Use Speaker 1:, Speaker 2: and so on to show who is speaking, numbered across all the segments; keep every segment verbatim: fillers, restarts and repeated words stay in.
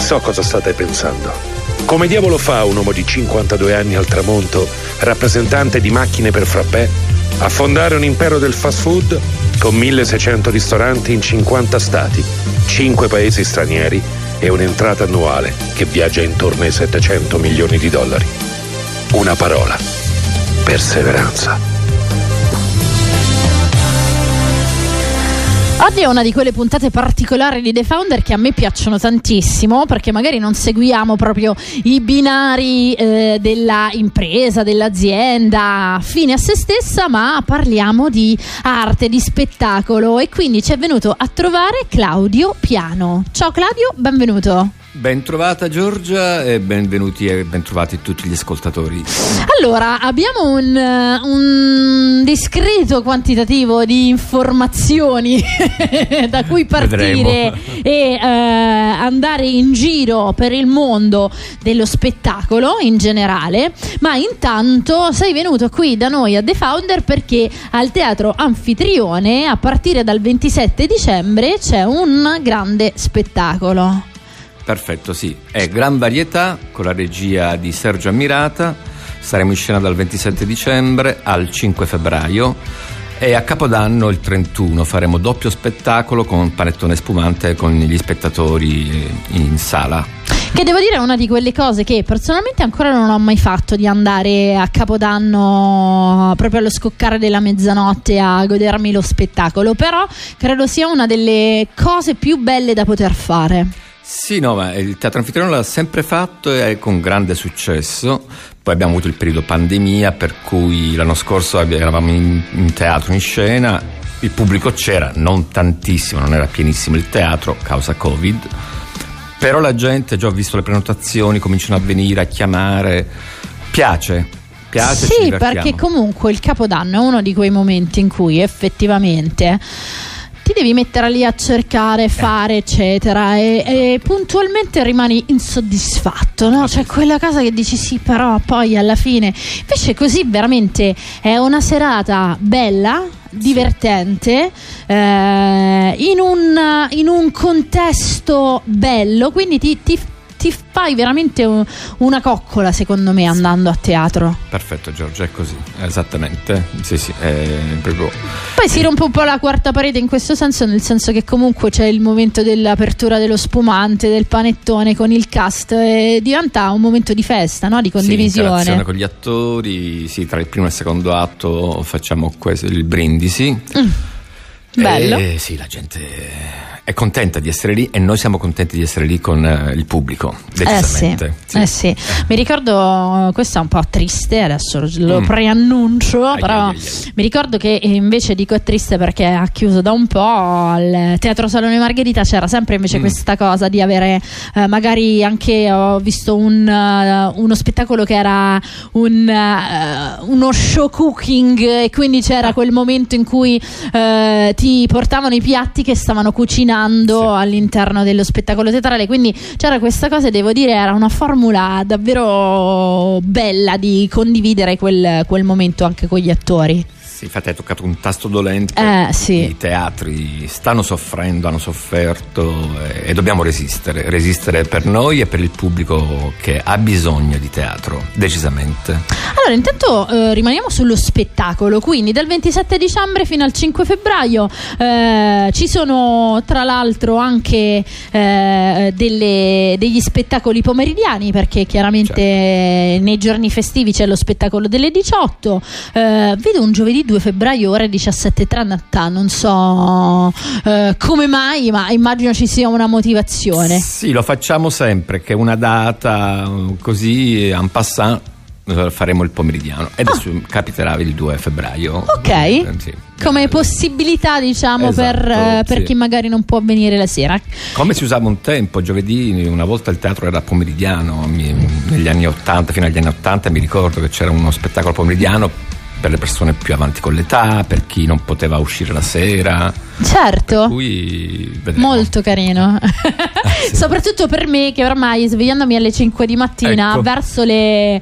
Speaker 1: So cosa state pensando. Come diavolo fa un uomo di cinquantadue anni al tramonto, rappresentante di macchine per frappè, a fondare un impero del fast food con milleseicento ristoranti in cinquanta stati, cinque paesi stranieri e un'entrata annuale che viaggia intorno ai settecento milioni di dollari? Una parola: perseveranza.
Speaker 2: Oggi è una di quelle puntate particolari di The Founder che a me piacciono tantissimo, perché magari non seguiamo proprio i binari eh, della impresa, dell'azienda fine a se stessa, ma parliamo di arte, di spettacolo, e quindi ci è venuto a trovare Claudio Piano. Ciao Claudio, benvenuto.
Speaker 3: Ben trovata Giorgia e benvenuti e bentrovati tutti gli ascoltatori.
Speaker 2: Allora, abbiamo un, un discreto quantitativo di informazioni da cui partire
Speaker 3: Vedremo.
Speaker 2: e eh, andare in giro per il mondo dello spettacolo in generale, ma intanto sei venuto qui da noi a The Founder perché al Teatro Anfitrione a partire dal ventisette dicembre c'è un grande spettacolo.
Speaker 3: Perfetto, sì. È Gran Varietà con la regia di Sergio Ammirata. Saremo in scena dal ventisette dicembre al cinque febbraio e a Capodanno il trentuno faremo doppio spettacolo con panettone spumante con gli spettatori in sala.
Speaker 2: Che devo dire è una di quelle cose che personalmente ancora non ho mai fatto, di andare a Capodanno proprio allo scoccare della mezzanotte a godermi lo spettacolo, però credo sia una delle cose più belle da poter fare.
Speaker 3: Sì, no, ma il Teatro Anfitrione l'ha sempre fatto e con grande successo. Poi abbiamo avuto il periodo pandemia, per cui l'anno scorso eravamo in, in teatro, in scena, il pubblico c'era, non tantissimo, non era pienissimo il teatro, causa Covid, però la gente, già ho visto le prenotazioni, cominciano a venire, a chiamare, piace. Piace,
Speaker 2: sì, perché comunque il Capodanno è uno di quei momenti in cui effettivamente ti devi mettere lì a cercare, fare, eccetera, e, e puntualmente rimani insoddisfatto, no? Cioè quella cosa che dici sì, però poi alla fine invece così veramente è una serata bella, divertente, eh, in un in un contesto bello, quindi ti, ti ti fai veramente un, una coccola, secondo me, andando a teatro.
Speaker 3: Perfetto Giorgia, è così, esattamente. Sì, sì, è proprio.
Speaker 2: Poi si rompe un po' la quarta parete in questo senso, nel senso che comunque c'è il momento dell'apertura dello spumante, del panettone con il cast, e diventa un momento di festa, no? Di condivisione.
Speaker 3: Sì, interazione con gli attori, sì, tra il primo e il secondo atto facciamo questo, il brindisi. Mm.
Speaker 2: Bello.
Speaker 3: E sì, la gente è contenta di essere lì e noi siamo contenti di essere lì con uh, il pubblico, decisamente.
Speaker 2: Eh sì, eh sì. Mi ricordo, questo è un po' triste, adesso lo, lo mm. preannuncio, ai, però ai, ai, ai. mi ricordo che invece dico è triste perché ha chiuso da un po', al Teatro Salone Margherita c'era sempre invece mm. questa cosa di avere uh, magari anche, ho visto un, uh, uno spettacolo che era un, uh, uno show cooking, e quindi c'era ah. quel momento in cui uh, ti portavano i piatti che stavano cucinando sì. all'interno dello spettacolo teatrale, quindi c'era questa cosa e devo dire era una formula davvero bella di condividere quel, quel momento anche con gli attori.
Speaker 3: Sì, infatti hai toccato un tasto dolente.
Speaker 2: Eh, sì.
Speaker 3: I teatri stanno soffrendo, hanno sofferto e, e dobbiamo resistere, resistere per noi e per il pubblico che ha bisogno di teatro, decisamente.
Speaker 2: Allora, intanto eh, rimaniamo sullo spettacolo, quindi dal ventisette dicembre fino al cinque febbraio eh, ci sono tra l'altro anche eh, delle, degli spettacoli pomeridiani, perché chiaramente certo. nei giorni festivi c'è lo spettacolo delle diciotto, eh, vedo un giovedì due febbraio ore diciassette e trenta, non so eh, come mai, ma immagino ci sia una motivazione.
Speaker 3: Sì, lo facciamo sempre, che una data così en passant faremo il pomeridiano ed ah. capiterà il due febbraio.
Speaker 2: Ok, eh, sì. Come possibilità, diciamo, esatto, per, per sì. chi magari non può venire la sera.
Speaker 3: Come si usava un tempo, giovedì una volta il teatro era pomeridiano, negli anni ottanta, fino agli anni ottanta mi ricordo che c'era uno spettacolo pomeridiano per le persone più avanti con l'età, per chi non poteva uscire la sera.
Speaker 2: Certo,
Speaker 3: per cui vedremo.
Speaker 2: Molto carino. Ah, sì. Soprattutto per me che ormai svegliandomi alle cinque di mattina, ecco, verso le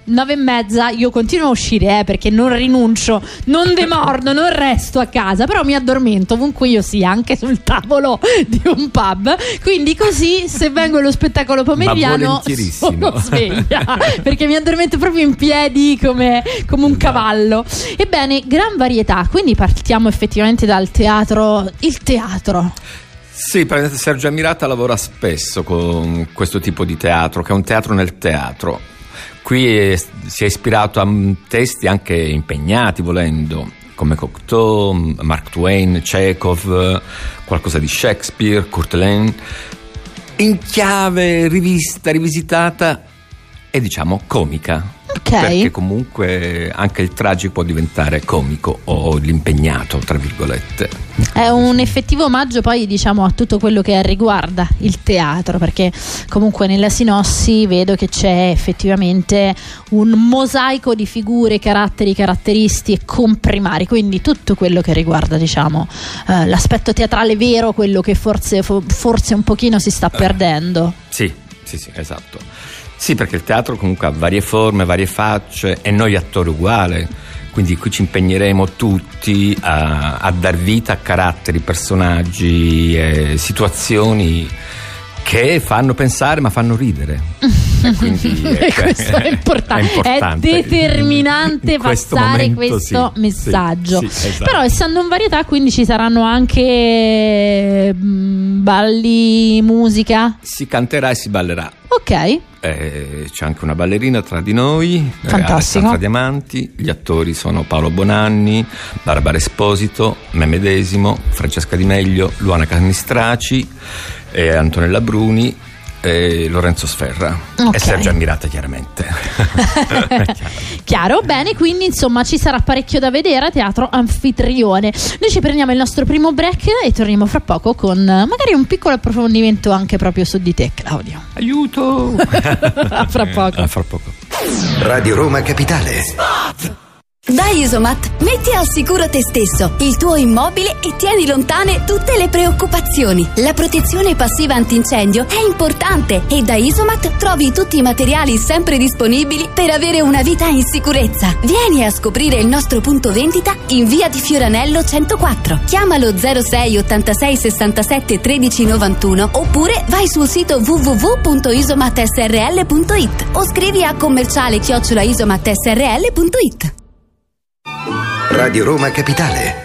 Speaker 2: nove e mezza io continuo a uscire eh, perché non rinuncio, non demordo, non resto a casa, però mi addormento ovunque io sia, anche sul tavolo di un pub, quindi così se vengo allo spettacolo pomeridiano sono sveglia perché mi addormento proprio in piedi come, come un cavallo. Ebbene, gran varietà, quindi partiamo effettivamente dal teatro. Il teatro
Speaker 3: Sì, Sergio Amirata lavora spesso con questo tipo di teatro, che è un teatro nel teatro. Qui è, si è ispirato a testi anche impegnati, volendo, come Cocteau, Mark Twain, Chekhov, qualcosa di Shakespeare, Kurt Weill, in chiave rivista, rivisitata e diciamo comica.
Speaker 2: Okay.
Speaker 3: Perché comunque anche il tragico può diventare comico o l'impegnato, tra virgolette.
Speaker 2: È un effettivo omaggio poi diciamo a tutto quello che riguarda il teatro, perché comunque nella sinossi vedo che c'è effettivamente un mosaico di figure, caratteri, caratteristi e comprimari, quindi tutto quello che riguarda diciamo eh, l'aspetto teatrale vero, quello che forse, forse un pochino si sta perdendo.
Speaker 3: Uh, sì, sì, sì, esatto. Sì, perché il teatro comunque ha varie forme, varie facce e noi attori uguale, quindi qui ci impegneremo tutti a, a dar vita a caratteri, personaggi e situazioni che fanno pensare ma fanno ridere. E quindi
Speaker 2: e questo è importante, è, importante. È determinante
Speaker 3: questo
Speaker 2: passare
Speaker 3: momento,
Speaker 2: questo
Speaker 3: sì,
Speaker 2: messaggio.
Speaker 3: Sì, sì, esatto.
Speaker 2: Però essendo in varietà quindi ci saranno anche balli, musica?
Speaker 3: Si canterà e si ballerà.
Speaker 2: Ok.
Speaker 3: Eh, c'è anche una ballerina tra di noi,
Speaker 2: fantastico.
Speaker 3: Alessandra Diamanti. Gli attori sono Paolo Bonanni, Barbara Esposito, me medesimo, Francesca Di Meglio, Luana Cannistraci, eh, Antonella Bruni, e Lorenzo Sferra, okay. E Sergio Amirata chiaramente.
Speaker 2: Chiaro, bene, quindi insomma ci sarà parecchio da vedere a Teatro Anfitrione. Noi ci prendiamo il nostro primo break e torniamo fra poco con magari un piccolo approfondimento anche proprio su di te, Claudio.
Speaker 3: Aiuto!
Speaker 2: A fra poco.
Speaker 3: A fra poco.
Speaker 4: Radio Roma Capitale.
Speaker 5: Spot! Da Isomat metti al sicuro te stesso, il tuo immobile e tieni lontane tutte le preoccupazioni. La protezione passiva antincendio è importante e da Isomat trovi tutti i materiali sempre disponibili per avere una vita in sicurezza. Vieni a scoprire il nostro punto vendita in via di Fioranello centoquattro. Chiamalo zero sei ottantasei sessantasette tredici novantuno oppure vai sul sito w w w punto isomat s r l punto i t o scrivi a commerciale chiocciola isomat s r l punto i t.
Speaker 4: Radio Roma Capitale.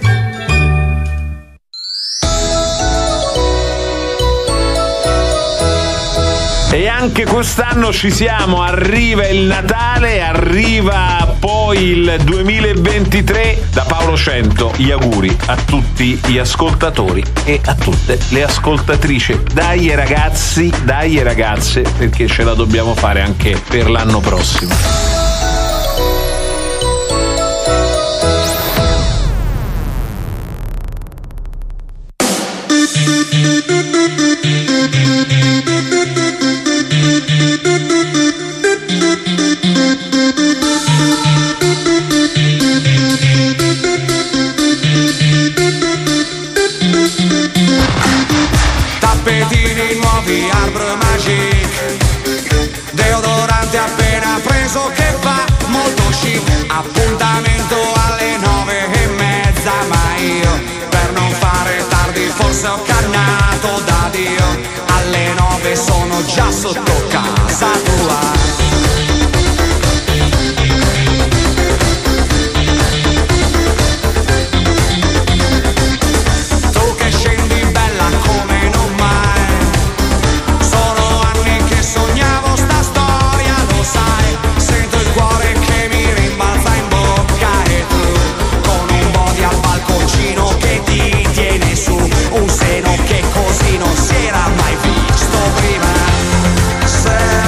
Speaker 6: E anche quest'anno ci siamo, arriva il Natale, arriva poi il duemilaventitré. Da Paolo Cento gli auguri a tutti gli ascoltatori e a tutte le ascoltatrici. Dai ragazzi, dai ragazze, perché ce la dobbiamo fare anche per l'anno prossimo.
Speaker 7: Tappetini nuovi, Arbre Magic, deodorante appena preso che fa molto chic. Appuntamento alle nove e mezza, ma io per non fare tardi forse ho cannato da Dio. Alle nove sono già sotto casa tua. Che così non si era mai visto prima. Se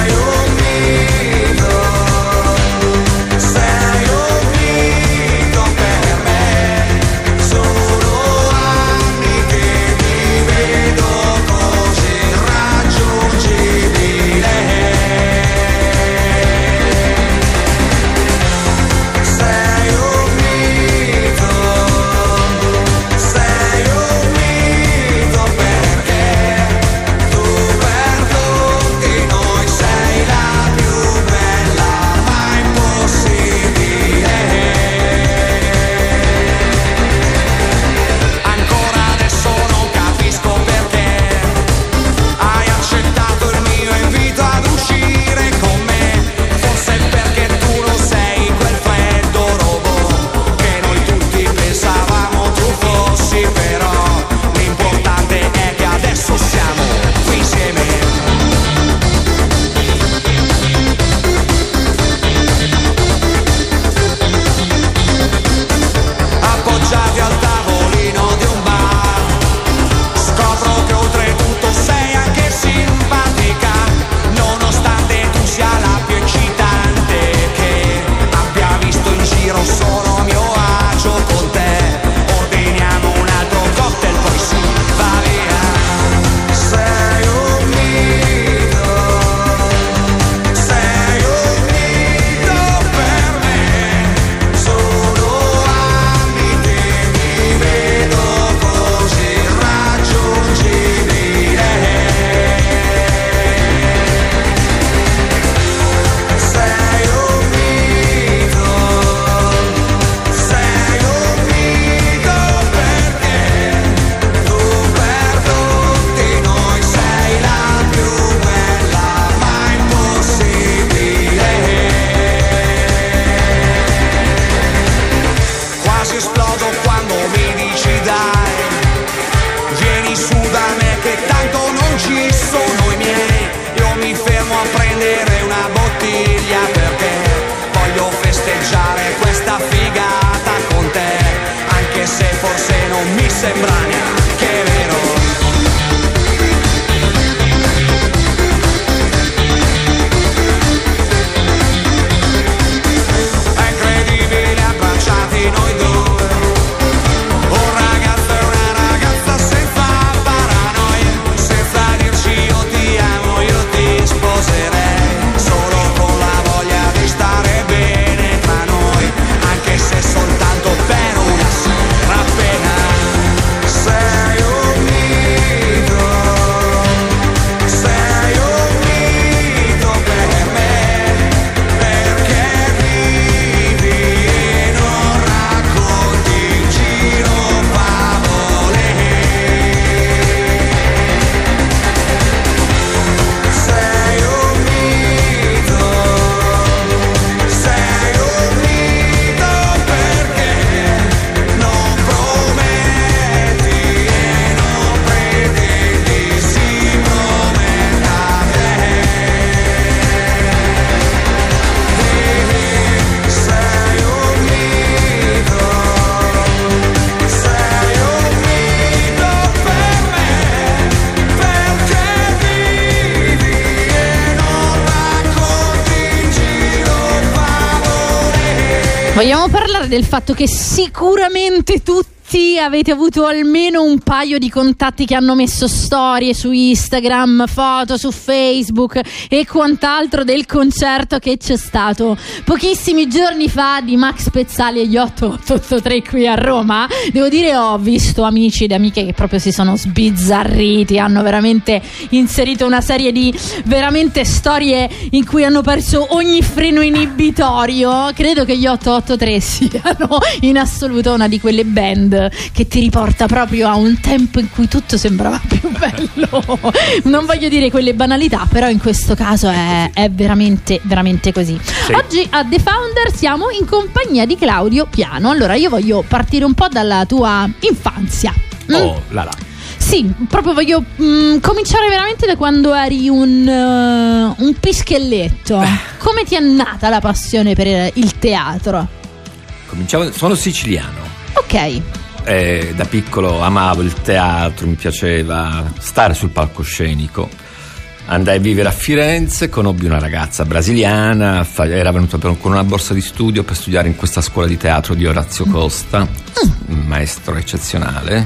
Speaker 2: Vogliamo parlare del fatto che sicuramente tutti avete avuto almeno un paio di contatti che hanno messo storie su Instagram, foto su Facebook e quant'altro del concerto che c'è stato pochissimi giorni fa di Max Pezzali e gli otto otto otto tre qui a Roma. Devo dire, ho visto amici ed amiche che proprio si sono sbizzarriti, hanno veramente inserito una serie di veramente storie in cui hanno perso ogni freno inibitorio. Credo che gli otto otto tre siano in assoluto una di quelle band che ti riporta proprio a un tempo in cui tutto sembrava più bello. Non voglio dire quelle banalità, però in questo caso è, è veramente veramente così. Sì. Oggi a The Founder siamo in compagnia di Claudio Piano. Allora io voglio partire un po' dalla tua infanzia.
Speaker 3: Oh, mm? là là.
Speaker 2: Sì, proprio voglio mh, cominciare veramente da quando eri un, uh, un pischelletto. Come ti è nata la passione per il teatro?
Speaker 3: Cominciavo, sono siciliano.
Speaker 2: Ok.
Speaker 3: Eh, da piccolo amavo il teatro, mi piaceva stare sul palcoscenico. Andai a vivere a Firenze, conobbi una ragazza brasiliana, fa- era venuta per, con una borsa di studio per studiare in questa scuola di teatro di Orazio Costa, mm. un maestro eccezionale,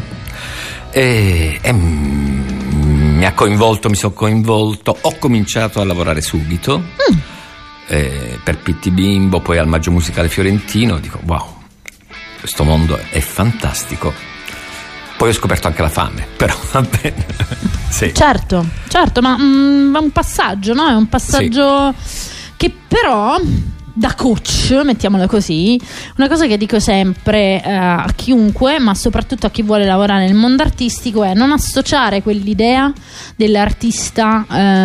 Speaker 3: e, e mm, mi ha coinvolto, mi sono coinvolto, ho cominciato a lavorare subito mm. eh, per Pitti Bimbo, poi al Maggio Musicale Fiorentino. Dico wow, questo mondo è fantastico. Poi ho scoperto anche la fame, però va bene. Sì.
Speaker 2: Certo, certo, ma mm, è un passaggio, no? È un passaggio sì. Che però, da coach, mettiamola così, una cosa che dico sempre eh, a chiunque, ma soprattutto a chi vuole lavorare nel mondo artistico, è non associare quell'idea dell'artista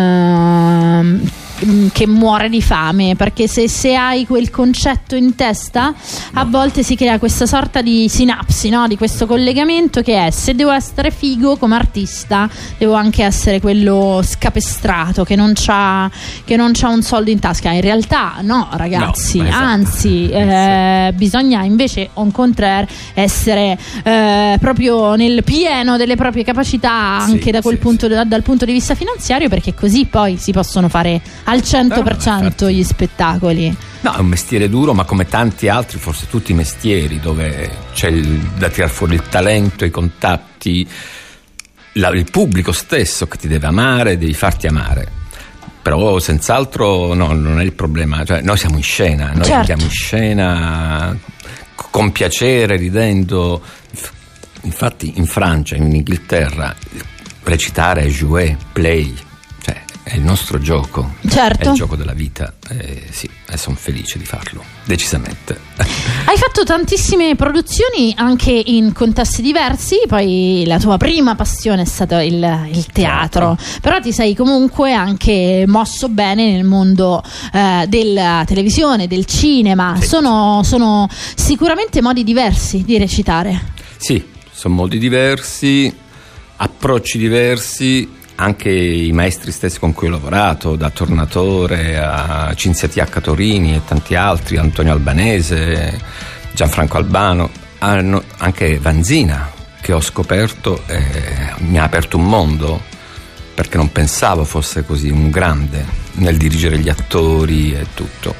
Speaker 2: eh, che muore di fame, perché se, se hai quel concetto in testa a volte si crea questa sorta di sinapsi, no? Di questo collegamento che è: se devo essere figo come artista devo anche essere quello scapestrato che non c'ha, che non c'ha un soldo in tasca. In realtà no, ragazzi, no, esatto. Anzi eh, sì. Bisogna invece on contraire essere eh, proprio nel pieno delle proprie capacità anche sì, da quel sì, punto sì. Da, dal punto di vista finanziario, perché così poi si possono fare al cento per cento gli spettacoli.
Speaker 3: No, è un mestiere duro, ma come tanti altri, forse tutti i mestieri, dove c'è il, da tirar fuori il talento, i contatti, la, il pubblico stesso che ti deve amare, devi farti amare. Però senz'altro no, non è il problema, cioè, noi siamo in scena, noi
Speaker 2: certo.
Speaker 3: andiamo in scena con piacere, ridendo. Infatti in Francia, in Inghilterra, recitare è jouer, play, è il nostro gioco,
Speaker 2: certo.
Speaker 3: È il gioco della vita, eh, sì, e sono felice di farlo, decisamente.
Speaker 2: Hai fatto tantissime produzioni anche in contesti diversi, poi la tua prima passione è stato il, il teatro, certo. Però ti sei comunque anche mosso bene nel mondo eh, della televisione, del cinema, sì. sono, sono sicuramente modi diversi di recitare.
Speaker 3: Sì, sono modi diversi, approcci diversi. Anche i maestri stessi con cui ho lavorato, da Tornatore a Cinzia Tiacca Torini e tanti altri, Antonio Albanese, Gianfranco Albano, hanno, anche Vanzina, che ho scoperto, eh, mi ha aperto un mondo, perché non pensavo fosse così un grande nel dirigere gli attori e tutto.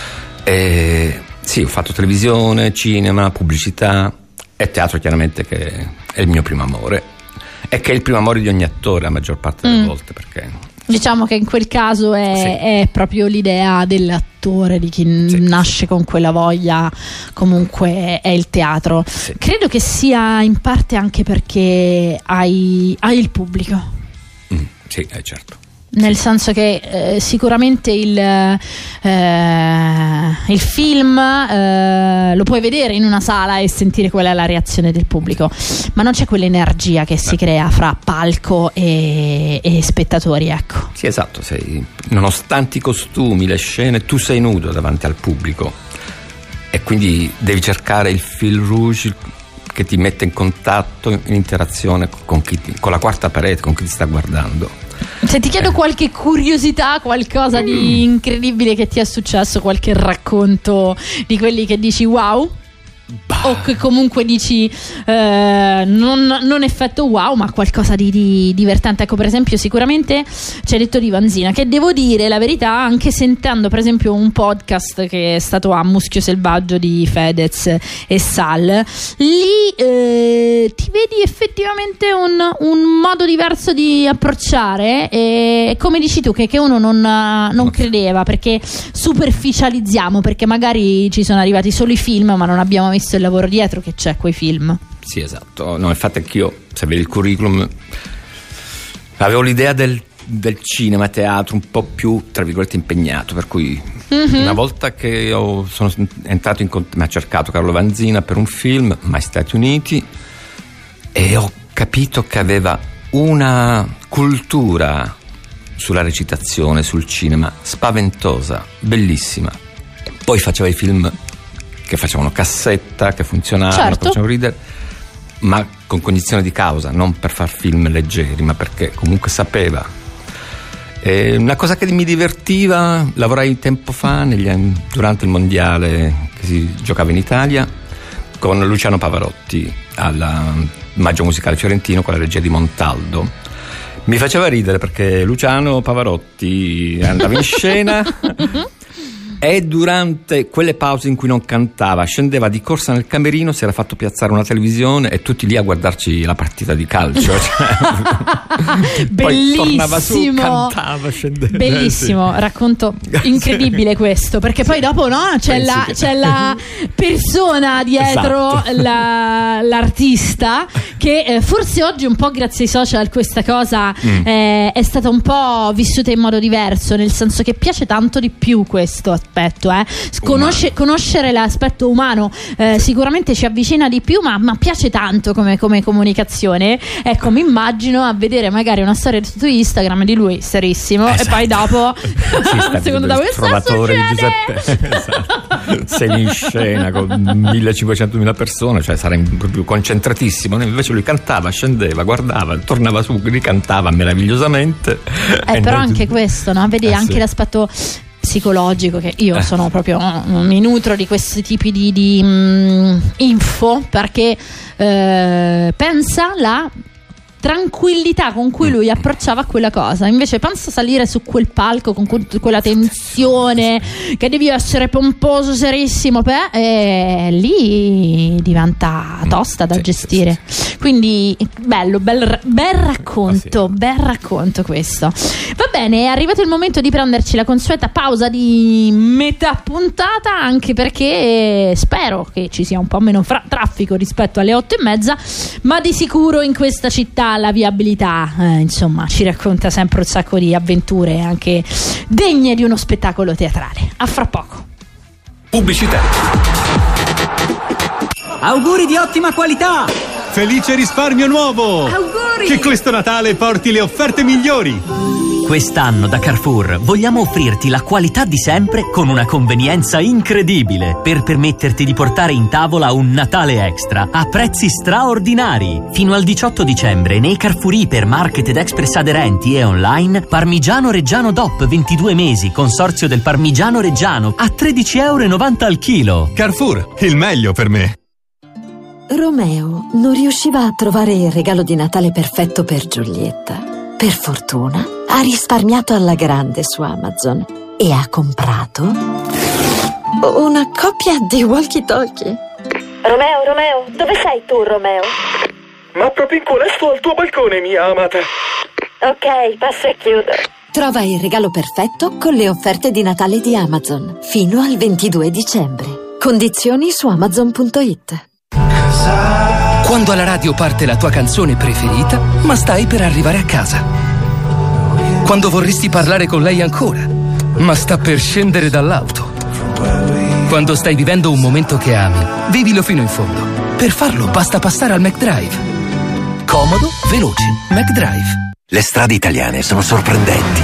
Speaker 3: E, sì, ho fatto televisione, cinema, pubblicità e teatro, chiaramente, che è il mio primo amore. E che è il primo amore di ogni attore la maggior parte delle mm. volte, perché
Speaker 2: diciamo che in quel caso è, sì. è proprio l'idea dell'attore, di chi sì. nasce con quella voglia, comunque è il teatro. Sì. Credo che sia in parte anche perché hai, hai il pubblico.
Speaker 3: Mm. Sì, eh, certo.
Speaker 2: Nel senso che eh, sicuramente il, eh, il film eh, lo puoi vedere in una sala e sentire qual è la reazione del pubblico, ma non c'è quell'energia che si crea fra palco e, e spettatori, ecco.
Speaker 3: Sì, esatto, sei, nonostante i costumi, le scene, tu sei nudo davanti al pubblico e quindi devi cercare il fil rouge che ti mette in contatto, in interazione con, chi ti, con la quarta parete, con chi ti sta guardando.
Speaker 2: Se ti chiedo qualche curiosità, qualcosa di incredibile che ti è successo, qualche racconto di quelli che dici wow?
Speaker 3: Bah,
Speaker 2: o che comunque dici eh, non, non effetto wow, ma qualcosa di, di divertente? Ecco, per esempio, sicuramente ci hai detto di Vanzina, che devo dire la verità, anche sentendo per esempio un podcast che è stato a Muschio Selvaggio di Fedez e Sal, lì eh, ti vedi effettivamente un, un modo diverso di approcciare, e come dici tu che, che uno non, non credeva, perché superficializziamo, perché magari ci sono arrivati solo i film ma non abbiamo visto il lavoro dietro che c'è quei film.
Speaker 3: Sì, esatto. No, infatti anch'io, se vedi il curriculum, avevo l'idea del, del cinema, teatro un po' più, tra virgolette, impegnato, per cui mm-hmm. una volta che ho, sono entrato in contatto, mi ha cercato Carlo Vanzina per un film, Mai Stati Uniti, e ho capito che aveva una cultura sulla recitazione, sul cinema, spaventosa, bellissima. Poi faceva i film che facevano cassetta, che funzionavano,
Speaker 2: certo.
Speaker 3: facevano ridere, ma con cognizione di causa, non per far film leggeri, ma perché comunque sapeva. E una cosa che mi divertiva, lavorai tempo fa negli anni, durante il mondiale che si giocava in Italia con Luciano Pavarotti alla Maggio Musicale Fiorentino con la regia di Montaldo. Mi faceva ridere perché Luciano Pavarotti andava in scena e durante quelle pause in cui non cantava scendeva di corsa nel camerino, si era fatto piazzare una televisione e tutti lì a guardarci la partita di calcio. Cioè, poi tornava su, cantava, scendeva.
Speaker 2: Bellissimo,
Speaker 3: sì.
Speaker 2: Racconto incredibile questo, perché poi dopo no c'è, la,
Speaker 3: che...
Speaker 2: c'è la persona dietro, esatto. la, l'artista che eh, forse oggi un po' grazie ai social questa cosa mm. eh, è stata un po' vissuta in modo diverso, nel senso che piace tanto di più questo aspetto, eh. Conosce, conoscere l'aspetto umano eh, sicuramente ci avvicina di più, ma, ma piace tanto come, come comunicazione. Ecco, mi immagino a vedere magari una storia su Instagram di lui serissimo, esatto. E poi dopo
Speaker 3: sì,
Speaker 2: secondo te questo
Speaker 3: trovatore di Giuseppe, esatto. Sei in scena con millecinquecentomila persone, cioè sarei proprio concentratissimo. Invece lui cantava, scendeva, guardava, tornava su, ricantava meravigliosamente.
Speaker 2: Eh, però anche questo, no? Vedi, eh, anche sì. l'aspetto psicologico, che io eh. sono proprio mi nutro di questi tipi di, di um, info, perché eh, pensa la tranquillità con cui lui approcciava quella cosa. Invece pensa salire su quel palco con quella tensione che devi essere pomposo, serissimo, per, e lì diventa tosta da sì, gestire. Sì, sì. Quindi bello, bel, bel racconto, ah, sì. bel racconto questo. Va bene, è arrivato il momento di prenderci la consueta pausa di metà puntata, anche perché spero che ci sia un po' meno fra- traffico rispetto alle otto e mezza, ma di sicuro in questa città la viabilità eh, insomma ci racconta sempre un sacco di avventure anche degne di uno spettacolo teatrale. A fra poco.
Speaker 8: Pubblicità.
Speaker 9: Auguri di ottima qualità.
Speaker 10: Felice risparmio nuovo.
Speaker 9: Auguri.
Speaker 10: Che questo Natale porti le offerte migliori.
Speaker 9: Quest'anno da Carrefour vogliamo offrirti la qualità di sempre con una convenienza incredibile per permetterti di portare in tavola un Natale extra a prezzi straordinari. Fino al diciotto dicembre nei Carrefour Ipermarket ed Express aderenti e online, Parmigiano Reggiano D O P ventidue mesi, consorzio del Parmigiano Reggiano a tredici e novanta euro al chilo.
Speaker 10: Carrefour, il meglio per me.
Speaker 11: Romeo non riusciva a trovare il regalo di Natale perfetto per Giulietta. Per fortuna ha risparmiato alla grande su Amazon e ha comprato una coppia di walkie-talkie.
Speaker 12: Romeo, Romeo, dove sei tu, Romeo?
Speaker 13: Ma proprio in cuore sto al tuo balcone, mia amata.
Speaker 12: Ok, passo e chiudo.
Speaker 11: Trova il regalo perfetto con le offerte di Natale di Amazon fino al ventidue dicembre. Condizioni su amazon punto it.
Speaker 14: Quando alla radio parte la tua canzone preferita, ma stai per arrivare a casa. Quando vorresti parlare con lei ancora, ma sta per scendere dall'auto. Quando stai vivendo un momento che ami, vivilo fino in fondo. Per farlo basta passare al McDrive. Comodo, veloce, McDrive.
Speaker 4: Le strade italiane sono sorprendenti.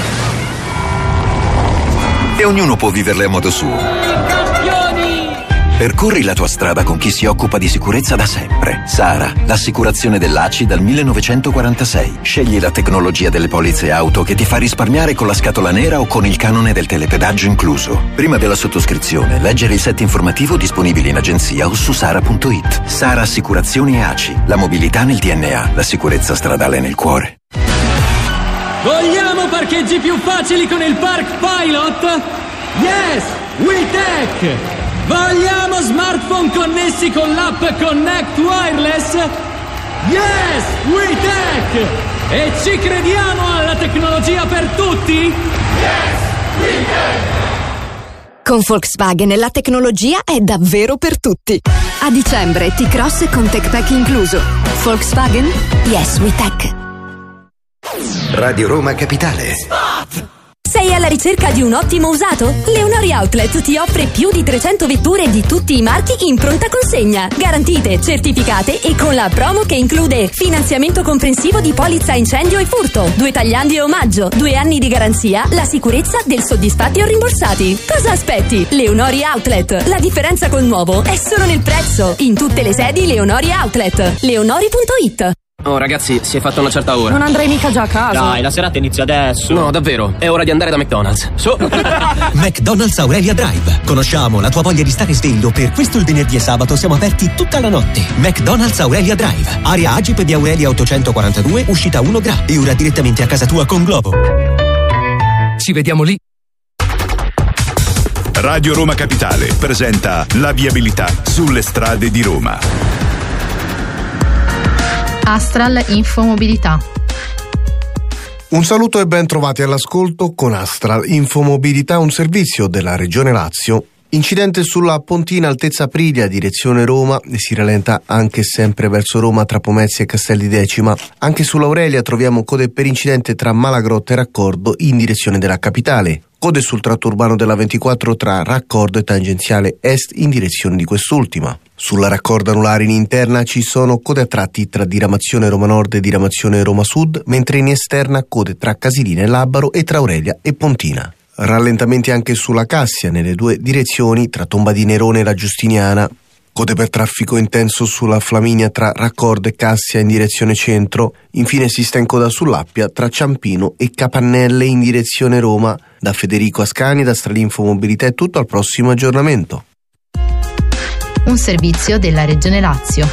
Speaker 4: E ognuno può viverle a modo suo. Percorri la tua strada con chi si occupa di sicurezza da sempre. Sara, l'assicurazione dell'A C I dal millenovecentoquarantasei. Scegli la tecnologia delle polizze auto che ti fa risparmiare con la scatola nera o con il canone del telepedaggio incluso. Prima della sottoscrizione, leggere il set informativo disponibile in agenzia o su sara punto it. Sara Assicurazioni e A C I. La mobilità nel D N A, la sicurezza stradale nel cuore.
Speaker 8: Vogliamo parcheggi più facili con il Park Pilot? Yes! WeTech! Vogliamo smartphone connessi con l'app Connect Wireless? Yes! WeTech! E ci crediamo alla tecnologia per tutti? Yes! WeTech!
Speaker 15: Con Volkswagen la tecnologia è davvero per tutti. A dicembre T-Cross con TechPack incluso. Volkswagen? Yes, WeTech.
Speaker 4: Radio Roma Capitale.
Speaker 5: Sei alla ricerca di un ottimo usato? Leonori Outlet ti offre più di trecento vetture di tutti i marchi in pronta consegna, garantite, certificate e con la promo che include finanziamento comprensivo di polizza incendio e furto, due tagliandi e omaggio, due anni di garanzia, la sicurezza del soddisfatti o rimborsati. Cosa aspetti? Leonori Outlet. La differenza col nuovo è solo nel prezzo. In tutte le sedi Leonori Outlet. leonori punto it.
Speaker 16: Oh ragazzi, si è fatta una certa ora.
Speaker 17: Non andrei mica già a casa.
Speaker 16: Dai, la serata inizia adesso. No, davvero, è ora di andare da McDonald's. Su.
Speaker 18: McDonald's Aurelia Drive. Conosciamo la tua voglia di stare sveglio. Per questo il venerdì e sabato siamo aperti tutta la notte. McDonald's Aurelia Drive. Area Agip di Aurelia ottocentoquarantadue, uscita uno Gra. E ora direttamente a casa tua con Globo.
Speaker 14: Ci vediamo lì.
Speaker 19: Radio Roma Capitale presenta la viabilità sulle strade di Roma.
Speaker 20: Astral Infomobilità.
Speaker 21: Un saluto e ben trovati all'ascolto con Astral Infomobilità, un servizio della Regione Lazio. Incidente sulla Pontina altezza Aprilia, direzione Roma, e si rallenta anche sempre verso Roma tra Pomezia e Castel di Decima. Anche sull'Aurelia troviamo code per incidente tra Malagrotta e Raccordo in direzione della capitale. Code sul tratto urbano della ventiquattro tra Raccordo e tangenziale est in direzione di quest'ultima. Sulla raccordo anulare in interna ci sono code a tratti tra diramazione Roma Nord e diramazione Roma Sud, mentre in esterna code tra Casilina e Labaro e tra Aurelia e Pontina. Rallentamenti anche sulla Cassia nelle due direzioni tra Tomba di Nerone e la Giustiniana. Code per traffico intenso sulla Flaminia tra Raccordo e Cassia in direzione centro. Infine si sta in coda sull'Appia tra Ciampino e Capannelle in direzione Roma. Da Federico Ascani, da Astralinfo Mobilità è tutto, al prossimo aggiornamento.
Speaker 20: Un servizio della Regione Lazio.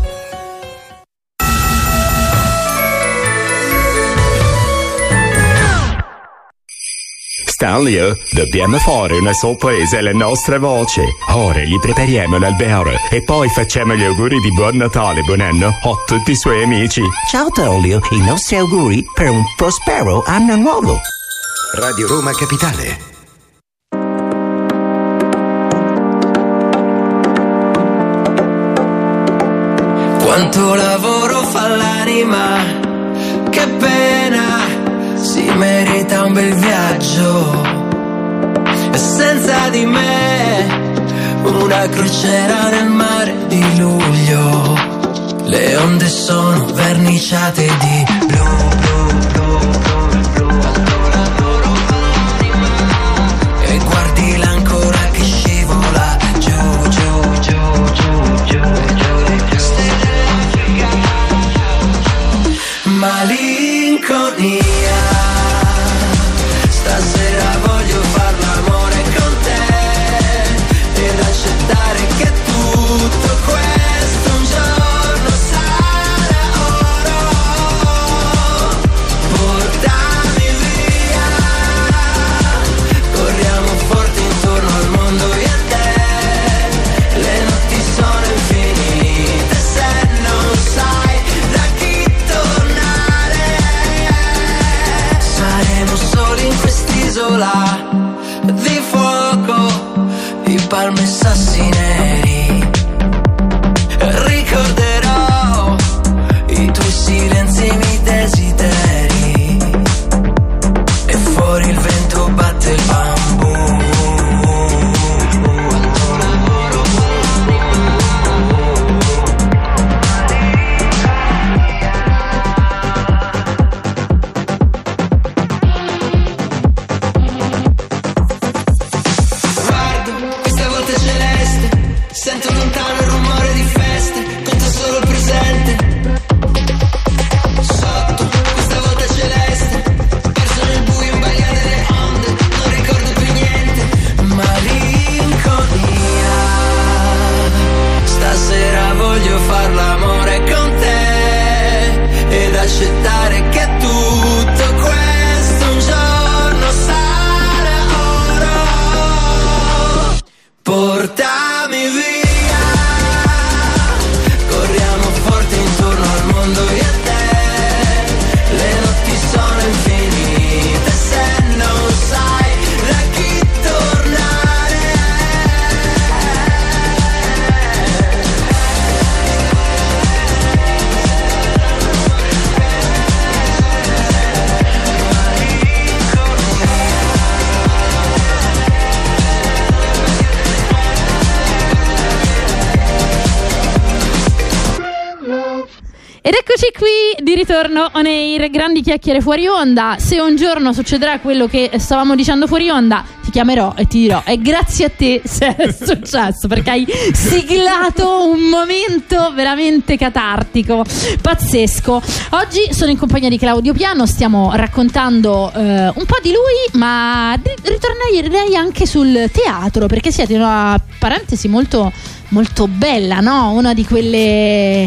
Speaker 22: Stanley, dobbiamo fare una sorpresa alle nostre voci. Ora gli prepariamo l'albero e poi facciamo gli auguri di buon Natale, buon anno a tutti i suoi amici.
Speaker 23: Ciao Stanley, i nostri auguri per un prospero anno nuovo.
Speaker 4: Radio Roma Capitale.
Speaker 24: Quanto lavoro fa l'anima, che pena, si merita un bel viaggio. E senza di me, una crociera nel mare di luglio. Le onde sono verniciate di blu, blu, blu, blu, blu. E guardi l'ancora che scivola giù, giù, giù, giù, giù. Malinconia, stasera voglio far l'amore con te ed accettare che tutto questo un giorno sarà oro. Portami via, corriamo forte intorno al mondo io e te, le notti sono infinite se non sai da chi tornare. Saremo soli in quest'isola di fuoco, i palmi e sassi neri. Ricorderò i tuoi silenzi e i miei desideri. E fuori il vento batte il bambù. Guardo questa volta celeste,
Speaker 2: Eccoci qui di ritorno on air, grandi chiacchiere fuori onda. Se un giorno succederà quello che stavamo dicendo fuori onda, ti chiamerò e ti dirò: è grazie a te se è successo, perché hai siglato un momento veramente catartico, pazzesco. Oggi sono in compagnia di Claudio Piano, stiamo raccontando eh, un po' di lui, ma ritornerei anche sul teatro, perché siete in una parentesi molto molto bella, no? Una di quelle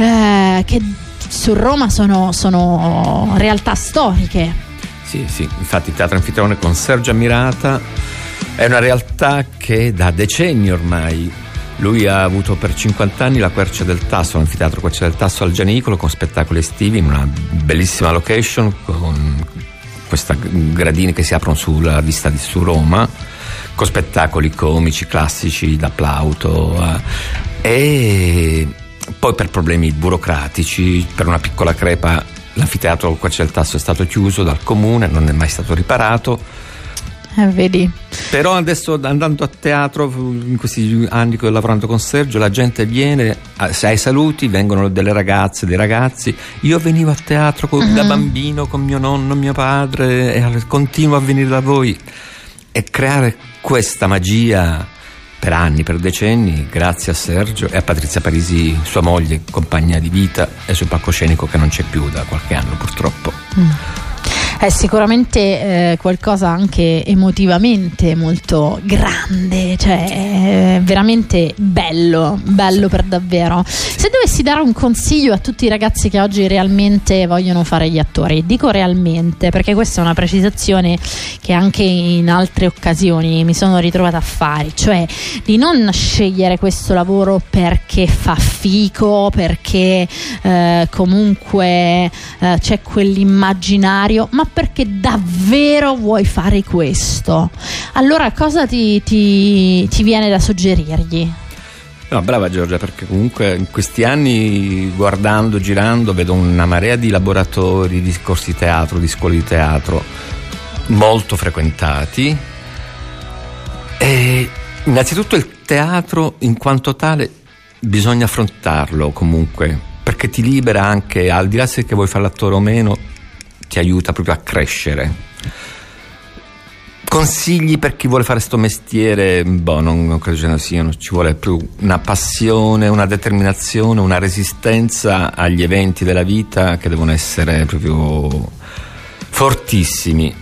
Speaker 2: eh, che su Roma sono, sono realtà storiche.
Speaker 3: Sì, sì, infatti il Teatro Anfitrione con Sergio Ammirata è una realtà che da decenni ormai, lui ha avuto per cinquanta anni la Quercia del Tasso, l'anfiteatro Quercia del Tasso al Gianicolo, con spettacoli estivi in una bellissima location, con questa gradini che si aprono sulla vista di su Roma, con spettacoli comici, classici, da Plauto, eh, e poi per problemi burocratici, per una piccola crepa, l'anfiteatro Quercia del Tasso è stato chiuso dal comune, non è mai stato riparato.
Speaker 2: Eh, vedi.
Speaker 3: Però adesso, andando a teatro in questi anni che ho lavorando con Sergio, la gente viene ai saluti, vengono delle ragazze, dei ragazzi. Io venivo a teatro con, uh-huh. da bambino con mio nonno, mio padre, e continuo a venire da voi. E creare questa magia per anni, per decenni, grazie a Sergio e a Patrizia Parisi, sua moglie, compagna di vita, e sul palcoscenico che non c'è più da qualche anno purtroppo.
Speaker 2: Mm. È sicuramente eh, qualcosa anche emotivamente molto grande, cioè è veramente bello, bello per davvero. Se dovessi dare un consiglio a tutti i ragazzi che oggi realmente vogliono fare gli attori, dico realmente perché questa è una precisazione che anche in altre occasioni mi sono ritrovata a fare, cioè di non scegliere questo lavoro perché fa fico, perché eh, comunque eh, c'è quell'immaginario, ma perché davvero vuoi fare questo. Allora cosa ti, ti, ti viene da suggerirgli?
Speaker 3: No, brava Giorgia, perché comunque in questi anni, guardando, girando, vedo una marea di laboratori, di corsi di teatro, di scuole di teatro molto frequentati. E innanzitutto il teatro in quanto tale bisogna affrontarlo comunque, perché ti libera anche, al di là se che vuoi fare l'attore o meno, ti aiuta proprio a crescere. Consigli per chi vuole fare sto mestiere, boh, non, non credo ce ne siano. Ci vuole più una passione, una determinazione, una resistenza agli eventi della vita che devono essere proprio fortissimi.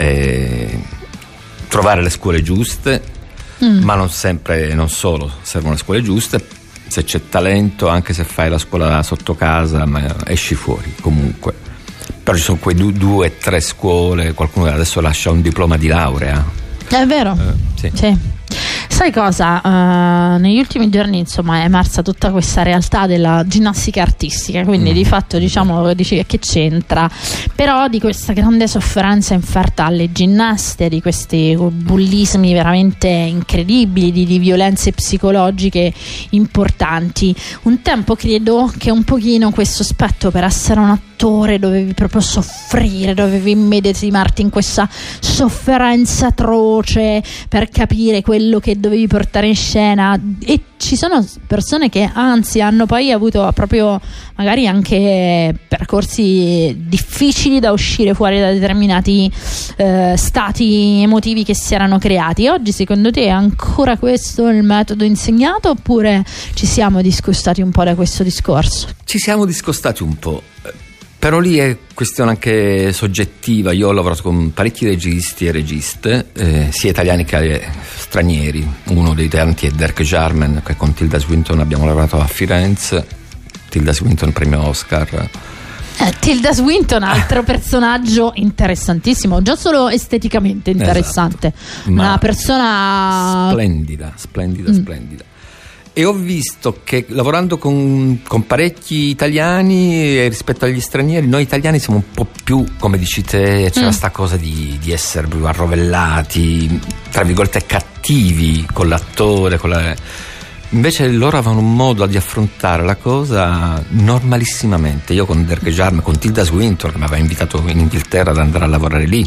Speaker 3: E trovare le scuole giuste, mm. ma non sempre, non solo servono le scuole giuste. Se c'è talento, anche se fai la scuola sotto casa, ma esci fuori comunque. Però ci sono quei due, due, tre scuole, qualcuno adesso lascia un diploma di laurea.
Speaker 2: È vero,
Speaker 3: eh, sì.
Speaker 2: sì. Sai cosa? Uh, negli ultimi giorni insomma è emersa tutta questa realtà della ginnastica artistica, quindi mm. di fatto diciamo dici che c'entra, però di questa grande sofferenza inferta alle ginnaste, di questi bullismi veramente incredibili, di, di violenze psicologiche importanti. Un tempo credo che un pochino questo aspetto, per essere un attore dovevi proprio soffrire, dovevi immedesimarti in questa sofferenza atroce per capire quello che dovevi portare in scena, e ci sono persone che anzi hanno poi avuto proprio magari anche percorsi difficili da uscire fuori da determinati eh, stati emotivi che si erano creati. Oggi secondo te è ancora questo il metodo insegnato, oppure ci siamo discostati un po' da questo discorso?
Speaker 3: Ci siamo discostati un po', però lì è questione anche soggettiva. Io ho lavorato con parecchi registi e registe, eh, sia italiani che stranieri. Uno dei tanti è Dirk Jarman, che con Tilda Swinton abbiamo lavorato a Firenze. Tilda Swinton premio Oscar.
Speaker 2: Eh, Tilda Swinton, altro personaggio interessantissimo, già solo esteticamente interessante.
Speaker 3: Esatto.
Speaker 2: Una
Speaker 3: Ma
Speaker 2: persona
Speaker 3: splendida, splendida, mm. splendida. E ho visto che lavorando con, con parecchi italiani e rispetto agli stranieri, noi italiani siamo un po' più, come dici te, c'era mm. sta cosa di, di essere più arrovellati, tra virgolette cattivi con l'attore, con la... invece loro avevano un modo di affrontare la cosa normalissimamente. Io con Dirk Jarman, con Tilda Swinton, che mi aveva invitato in Inghilterra ad andare a lavorare lì.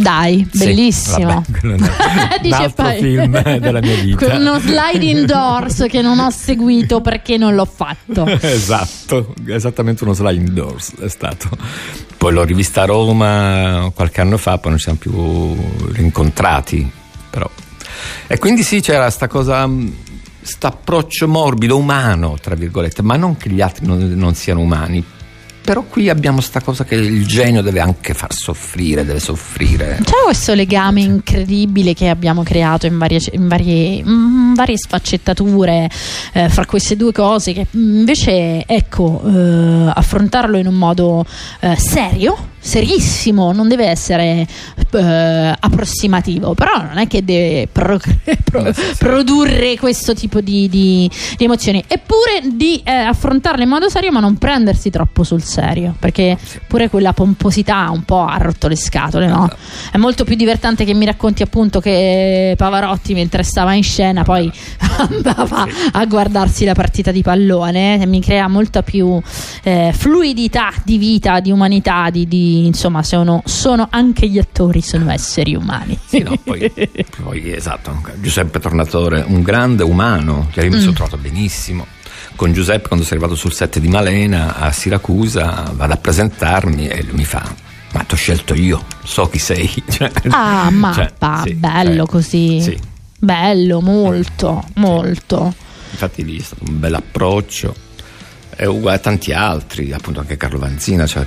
Speaker 2: Dai,
Speaker 3: sì,
Speaker 2: bellissimo.
Speaker 3: Vabbè, un
Speaker 2: Dice
Speaker 3: altro
Speaker 2: poi,
Speaker 3: film della mia vita.
Speaker 2: Con uno sliding doors che non ho seguito perché non l'ho fatto.
Speaker 3: Esatto, esattamente uno sliding doors è stato. Poi l'ho rivista a Roma qualche anno fa, poi non ci siamo più rincontrati, però. E quindi sì, c'era sta cosa, st'approccio morbido, umano, tra virgolette, ma non che gli altri non, non siano umani. Però qui abbiamo sta cosa che il genio deve anche far soffrire, deve soffrire.
Speaker 2: C'è questo legame incredibile che abbiamo creato in varie, in varie, in varie sfaccettature eh, fra queste due cose, che invece, ecco, eh, affrontarlo in un modo eh, serio, serissimo, non deve essere eh, approssimativo, però non è che deve pro- pro- produrre questo tipo di, di, di emozioni, eppure di eh, affrontarle in modo serio, ma non prendersi troppo sul serio, perché pure quella pomposità un po' ha rotto le scatole, no? È molto più divertente che mi racconti appunto che Pavarotti, mentre stava in scena, poi andava a guardarsi la partita di pallone, e mi crea molta più eh, fluidità di vita, di umanità, di, di insomma, sono, sono anche gli attori, sono esseri umani.
Speaker 3: Sì, no, poi, poi esatto, Giuseppe Tornatore, un grande umano, che io mi sono trovato benissimo con Giuseppe quando sono arrivato sul set di Malena a Siracusa. Vado a presentarmi e lui mi fa: ma t'ho scelto io, so chi sei. Cioè,
Speaker 2: ah, mappa,
Speaker 3: cioè, sì,
Speaker 2: bello
Speaker 3: eh,
Speaker 2: così,
Speaker 3: sì.
Speaker 2: Bello, molto, sì. molto.
Speaker 3: Infatti lì è stato un bel approccio, è uguale a tanti altri, appunto anche Carlo Vanzina, cioè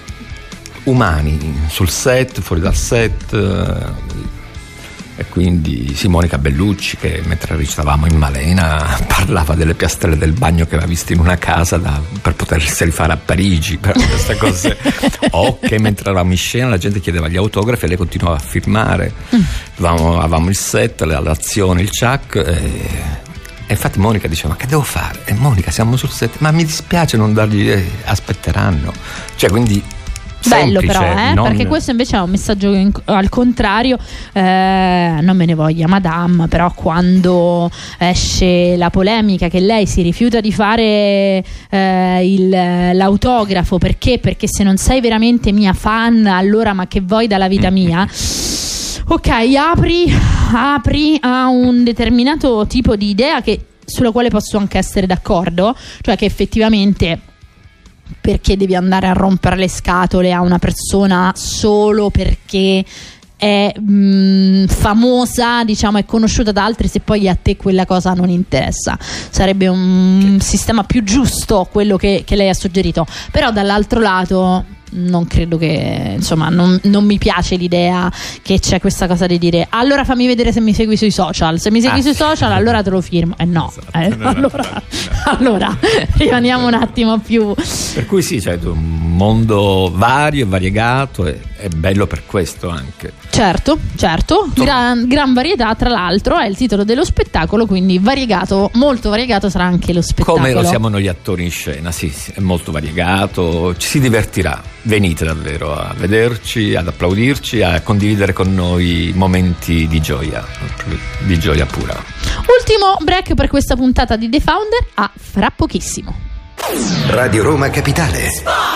Speaker 3: umani sul set, fuori dal set, eh, e quindi sì, Monica Bellucci, che mentre recitavamo in Malena parlava delle piastrelle del bagno che aveva visto in una casa da, per potersi rifare a Parigi, per queste cose. O che mentre eravamo in scena la gente chiedeva gli autografi e lei continuava a firmare. Mm. Avevamo, avevamo il set, l'azione, il ciak, e, e infatti Monica diceva: ma che devo fare? E Monica, siamo sul set, ma mi dispiace non dargli, eh, aspetteranno, cioè quindi
Speaker 2: bello
Speaker 3: semplice,
Speaker 2: però, eh?
Speaker 3: non...
Speaker 2: perché questo invece è un messaggio in, al contrario, eh, non me ne voglia Madame, però quando esce la polemica che lei si rifiuta di fare eh, il, l'autografo perché perché se non sei veramente mia fan, allora ma che vuoi dalla vita mia? Ok, apri apri a un determinato tipo di idea che, sulla quale posso anche essere d'accordo, cioè che effettivamente perché devi andare a rompere le scatole a una persona solo perché è mh, famosa, diciamo, è conosciuta da altri, se poi a te quella cosa non interessa. Sarebbe un sistema più giusto quello che, che lei ha suggerito, però dall'altro lato non credo che, insomma, non, non mi piace l'idea che c'è questa cosa di dire: allora fammi vedere se mi segui sui social, se mi segui ah, sui social allora te lo firmo. Eh no, esatto. eh, allora, allora rimaniamo un attimo più.
Speaker 3: Per cui sì, cioè un mondo vario e variegato, e è bello per questo anche.
Speaker 2: Certo, certo, gran, gran varietà, tra l'altro è il titolo dello spettacolo, quindi variegato, molto variegato sarà anche lo spettacolo.
Speaker 3: Come lo siamo noi attori in scena, sì, sì, è molto variegato, ci si divertirà. Venite davvero a vederci, ad applaudirci, a condividere con noi momenti di gioia, di gioia pura.
Speaker 2: Ultimo break per questa puntata di The Founder, a fra pochissimo.
Speaker 4: Radio Roma Capitale.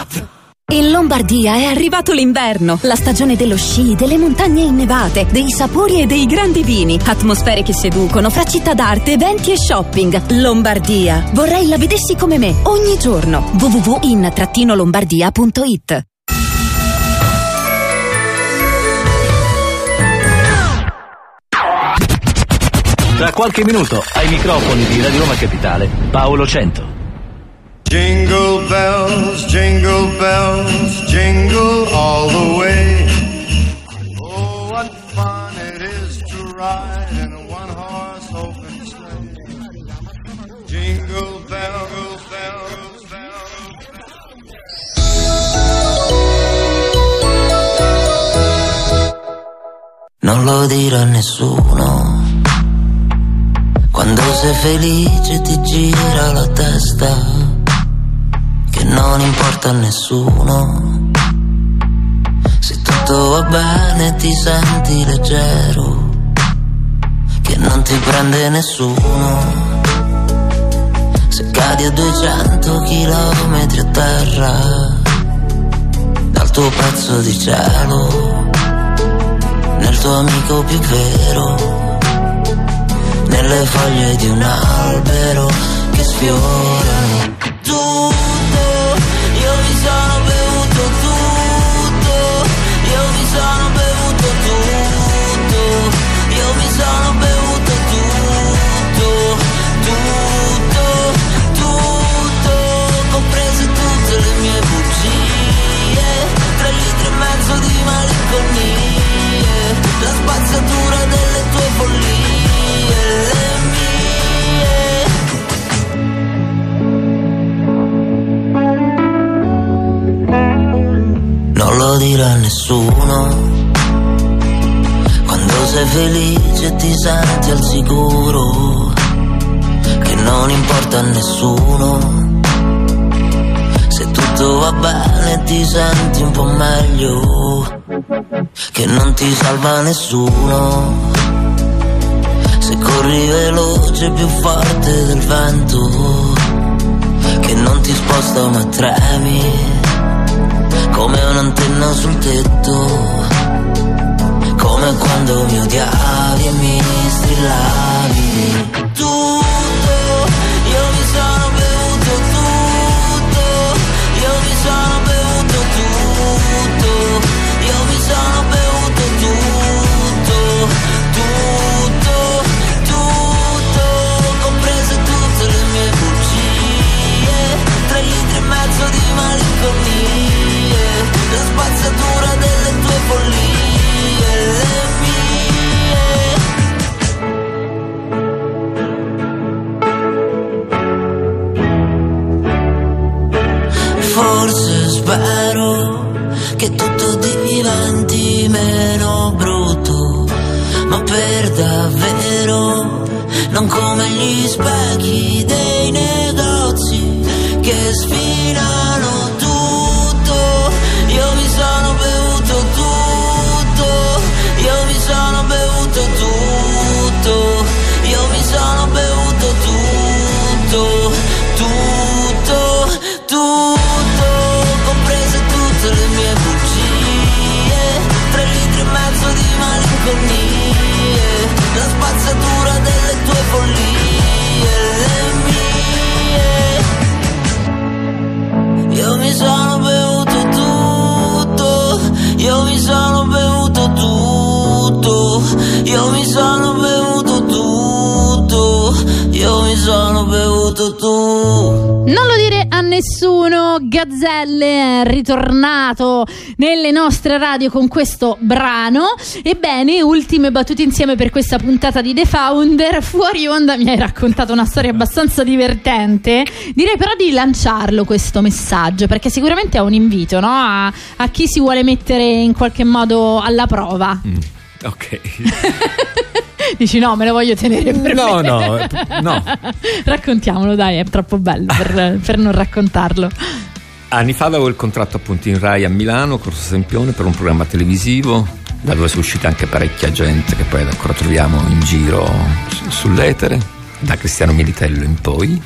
Speaker 5: In Lombardia è arrivato l'inverno, la stagione dello sci, delle montagne innevate, dei sapori e dei grandi vini, atmosfere che seducono fra città d'arte, eventi e shopping. Lombardia, vorrei la vedessi come me, ogni giorno. w w w punto in trattino lombardia punto it.
Speaker 1: Tra qualche minuto ai microfoni di Radio Roma Capitale, Paolo Cento.
Speaker 6: Jingle bells, jingle bells, jingle all the way. Oh, what fun it is to ride in a one-horse open sleigh. Jingle bells, bells, bells, bells.
Speaker 7: Non lo dirò a nessuno. Quando sei felice ti gira la testa, che non importa a nessuno. Se tutto va bene ti senti leggero, che non ti prende nessuno. Se cadi a duecento chilometri a terra dal tuo pezzo di cielo, nel tuo amico più vero, nelle foglie di un albero che sfiorano tutto. Io mi sono bevuto tutto, io mi sono bevuto tutto, io mi sono bevuto tutto, tutto, tutto, comprese tutte le mie bugie, tre litri e mezzo di malinconie, la spazzatura delle tue follie, le non lo dirà nessuno. Quando sei felice ti senti al sicuro, che non importa a nessuno. Se tutto va bene ti senti un po' meglio, che non ti salva nessuno. Se corri veloce più forte del vento, che non ti sposta ma tremi come un'antenna sul tetto, come quando mi odiavi e mi strillavi. Tutto, io mi sono bevuto tutto, io mi sono bevuto tutto, io mi sono bevuto tutto, tutto, tutto, comprese tutte le mie bugie, tre litri e mezzo di malinconie, la spazzatura delle tue follie, le mie. Forse spero che tutto diventi meno brutto, ma per davvero, non come gli specchi dei negozi che sfilano tutto. Io mi sono bevuto tutto, io mi sono bevuto tutto, io mi sono bevuto tutto, tutto, tutto, comprese tutte le mie bugie, tre litri e mezzo di malinconie, la spazzatura delle tue follie, le mie. Io mi sono bevuto tutto, io mi sono bevuto tutto, io mi sono bevuto tutto, io mi sono bevuto tutto.
Speaker 2: Non lo dire a nessuno, Gazzelle è ritornato nelle nostre radio con questo brano. Ebbene, ultime battute insieme per questa puntata di The Founder. Fuori onda mi hai raccontato una storia abbastanza divertente. Direi però di lanciarlo questo messaggio, perché sicuramente è un invito, no? a, a chi si vuole mettere in qualche modo alla prova.
Speaker 3: Mm, ok.
Speaker 2: Dici no, me lo voglio tenere per
Speaker 3: no,
Speaker 2: me.
Speaker 3: No, no.
Speaker 2: Raccontiamolo, dai, è troppo bello per, per non raccontarlo.
Speaker 3: Anni fa avevo il contratto appunto in Rai a Milano, Corso Sempione, per un programma televisivo, da dove sono uscita anche parecchia gente che poi ancora troviamo in giro sull'etere, da Cristiano Militello in poi.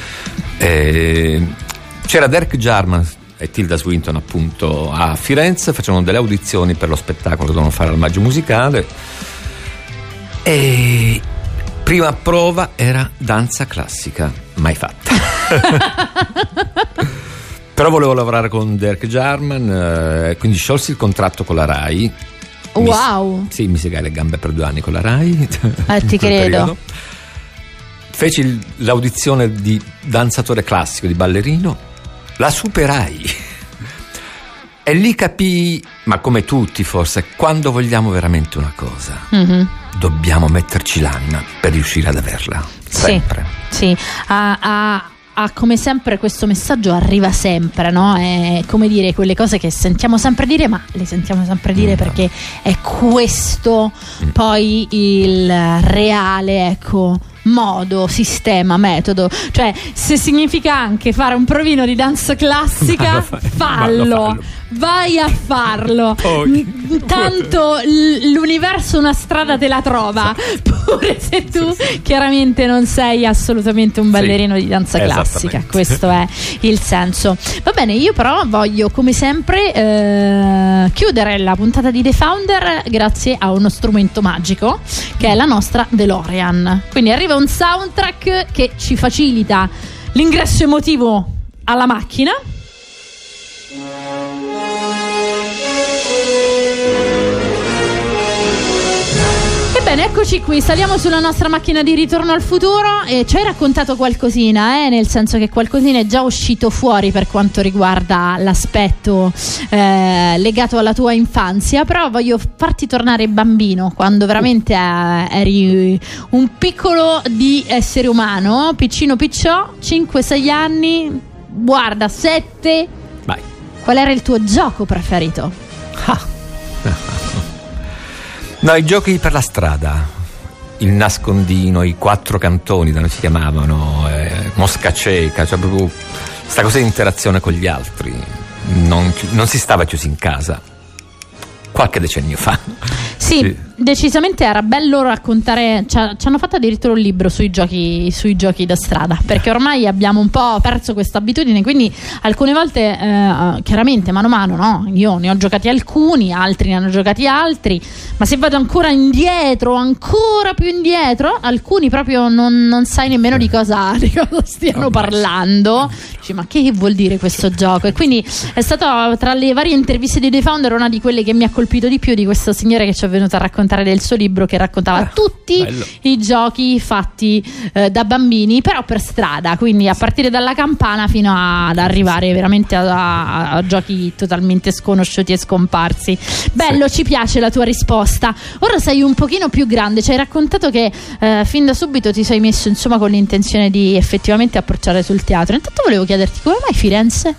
Speaker 3: E c'era Derek Jarman e Tilda Swinton appunto a Firenze, facevano delle audizioni per lo spettacolo che dovevano fare al Maggio Musicale. E prima prova era danza classica, mai fatta. Però volevo lavorare con Derek Jarman, eh, quindi sciolsi il contratto con la Rai.
Speaker 2: Wow!
Speaker 3: Mi, sì, mi segai le gambe per due anni con la Rai.
Speaker 2: Eh, ti credo. Periodo.
Speaker 3: Feci il, l'audizione di danzatore classico, di ballerino, la superai. E lì capii, ma come tutti forse, quando vogliamo veramente una cosa, mm-hmm. dobbiamo metterci l'anima per riuscire ad averla. Sempre.
Speaker 2: Sì, sì. Ah, ah. Ah, come sempre questo messaggio arriva sempre, no? È come dire quelle cose che sentiamo sempre dire, ma le sentiamo sempre dire mm. perché è questo mm. poi il reale, ecco, modo, sistema, metodo. Cioè, se significa anche fare un provino di danza classica, fallo, fallo. fallo. Vai a farlo. Poi. Tanto l'universo una strada te la trova. pure se tu chiaramente non sei assolutamente un ballerino sì, di danza classica. Questo è il senso. Va bene, io però voglio come sempre eh, chiudere la puntata di The Founder grazie a uno strumento magico che è la nostra DeLorean. Quindi arriva un soundtrack che ci facilita l'ingresso emotivo alla macchina. Bene, eccoci qui, saliamo sulla nostra macchina di ritorno al futuro e ci hai raccontato qualcosina, eh? Nel senso che qualcosina è già uscito fuori per quanto riguarda l'aspetto eh, legato alla tua infanzia, però voglio farti tornare bambino, quando veramente eh, eri un piccolo di essere umano, piccino picciò, cinque sei anni, guarda, sette.
Speaker 3: Vai.
Speaker 2: Qual era il tuo gioco preferito?
Speaker 3: Ah. No, i giochi per la strada, il nascondino, i quattro cantoni, da noi si chiamavano, eh, mosca cieca, cioè proprio sta cosa di interazione con gli altri, non, non si stava chiusi in casa, qualche decennio fa.
Speaker 2: Sì, sì. Decisamente era bello raccontare, ci hanno fatto addirittura un libro sui giochi, sui giochi da strada, perché ormai abbiamo un po' perso questa abitudine, quindi alcune volte eh, chiaramente mano a mano, no? Io ne ho giocati alcuni, altri ne hanno giocati altri, ma se vado ancora indietro, ancora più indietro, alcuni proprio non, non sai nemmeno di cosa, di cosa stiano parlando. Dici, ma che vuol dire questo gioco? E quindi è stato, tra le varie interviste di The Founder, una di quelle che mi ha colpito di più, di questo signore che ci è venuto a raccontare del suo libro, che raccontava ah, tutti bello. i giochi fatti eh, da bambini, però per strada, quindi a partire dalla campana fino a, ad arrivare veramente a, a, a giochi totalmente sconosciuti e scomparsi. Bello, sì. Ci piace la tua risposta. Ora sei un pochino più grande, ci hai raccontato che eh, fin da subito ti sei messo insomma con l'intenzione di effettivamente approcciare sul teatro. Intanto volevo chiederti, come mai Firenze?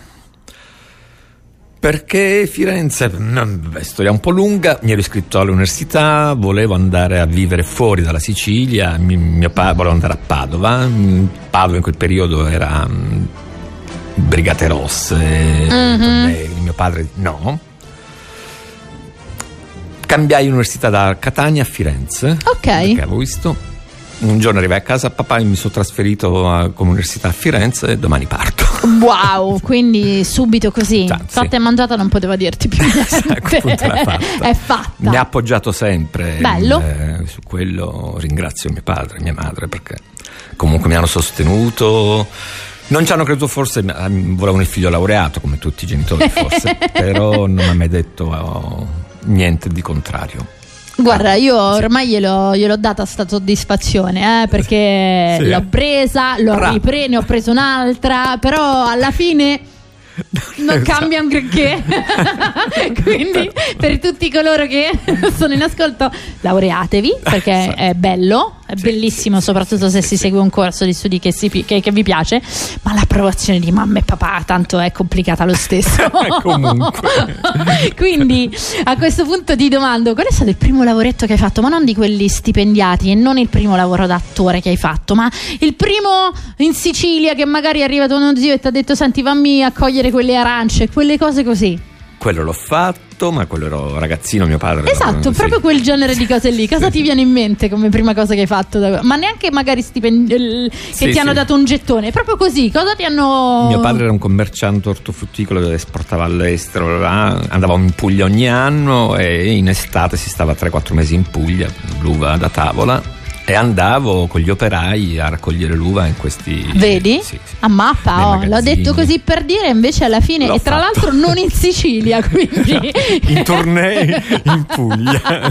Speaker 3: Perché Firenze, beh, storia un po' lunga, mi ero iscritto all'università, volevo andare a vivere fuori dalla Sicilia, mio, mio padre volevo andare a Padova, Padova in quel periodo era um, Brigate Rosse, mm-hmm. mio padre no. Cambiai università da Catania a Firenze,
Speaker 2: ok,
Speaker 3: perché avevo visto. Un giorno arrivai a casa, papà, mi sono trasferito a, come università a Firenze e domani parto.
Speaker 2: Wow, quindi subito così. Già, fatta sì. E mangiata, non poteva dirti più niente.
Speaker 3: fatta.
Speaker 2: È fatta.
Speaker 3: Mi ha appoggiato sempre.
Speaker 2: Bello.
Speaker 3: Eh, su quello ringrazio mio padre e mia madre, perché comunque mi hanno sostenuto. Non ci hanno creduto, forse volevano il figlio laureato come tutti i genitori forse, però non mi ha mai detto oh, niente di contrario.
Speaker 2: Guarda, io ormai gliel'ho, gliel'ho data sta soddisfazione, eh, perché sì. l'ho presa, l'ho ripresa, ne ho preso un'altra, però alla fine non cambia un granché. Quindi per tutti coloro che sono in ascolto, laureatevi, perché è bello, è sì, bellissimo, sì, soprattutto se si segue un corso di studi che, si, che, che vi piace, ma l'approvazione di mamma e papà tanto è complicata lo stesso.
Speaker 3: Comunque.
Speaker 2: Quindi a questo punto ti domando, qual è stato il primo lavoretto che hai fatto? Ma non di quelli stipendiati, e non il primo lavoro da attore che hai fatto, ma il primo in Sicilia che magari è arrivato uno zio e ti ha detto senti fammi a cogliere quelle arance, quelle cose così.
Speaker 3: Quello l'ho fatto, ma quello ero ragazzino, mio padre.
Speaker 2: Esatto,
Speaker 3: sì.
Speaker 2: proprio quel genere di cose lì. Cosa ti viene in mente come prima cosa che hai fatto? Ma neanche magari stipendi che sì, ti hanno sì. dato un gettone, proprio così. Cosa ti hanno...
Speaker 3: Mio padre era un commerciante ortofrutticolo che esportava all'estero, andavamo in Puglia ogni anno e in estate si stava tre quattro mesi in Puglia, l'uva da tavola. E andavo con gli operai a raccogliere l'uva in questi...
Speaker 2: Vedi?
Speaker 3: Sì, sì.
Speaker 2: A mappa, oh, l'ho detto così per dire, invece alla fine...
Speaker 3: L'ho
Speaker 2: e tra
Speaker 3: fatto.
Speaker 2: l'altro non in Sicilia, quindi...
Speaker 3: in tournée in Puglia.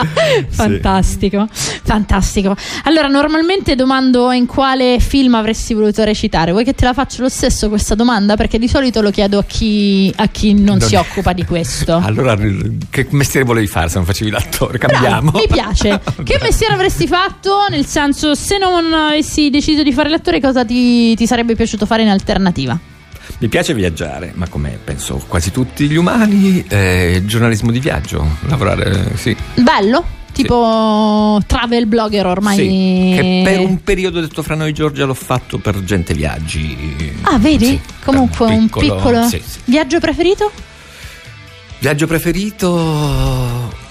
Speaker 2: Fantastico, sì. fantastico. Allora, normalmente domando in quale film avresti voluto recitare. Vuoi che te la faccio lo stesso questa domanda? Perché di solito lo chiedo a chi, a chi non, non si occupa di questo.
Speaker 3: Allora, che mestiere volevi fare se non facevi l'attore? Cambiamo.
Speaker 2: Bravo, mi piace. Che mestiere avresti fatto? Nel senso, se non avessi deciso di fare l'attore, cosa ti, ti sarebbe piaciuto fare in alternativa?
Speaker 3: Mi piace viaggiare, ma come penso quasi tutti gli umani, eh, giornalismo di viaggio, lavorare, sì.
Speaker 2: Bello? Tipo sì. travel blogger ormai.
Speaker 3: Sì, che per un periodo, detto fra noi Giorgia, l'ho fatto per Gente Viaggi.
Speaker 2: Ah, vedi?
Speaker 3: Sì,
Speaker 2: comunque un piccolo, un piccolo...
Speaker 3: Sì, sì.
Speaker 2: Viaggio preferito?
Speaker 3: Viaggio preferito...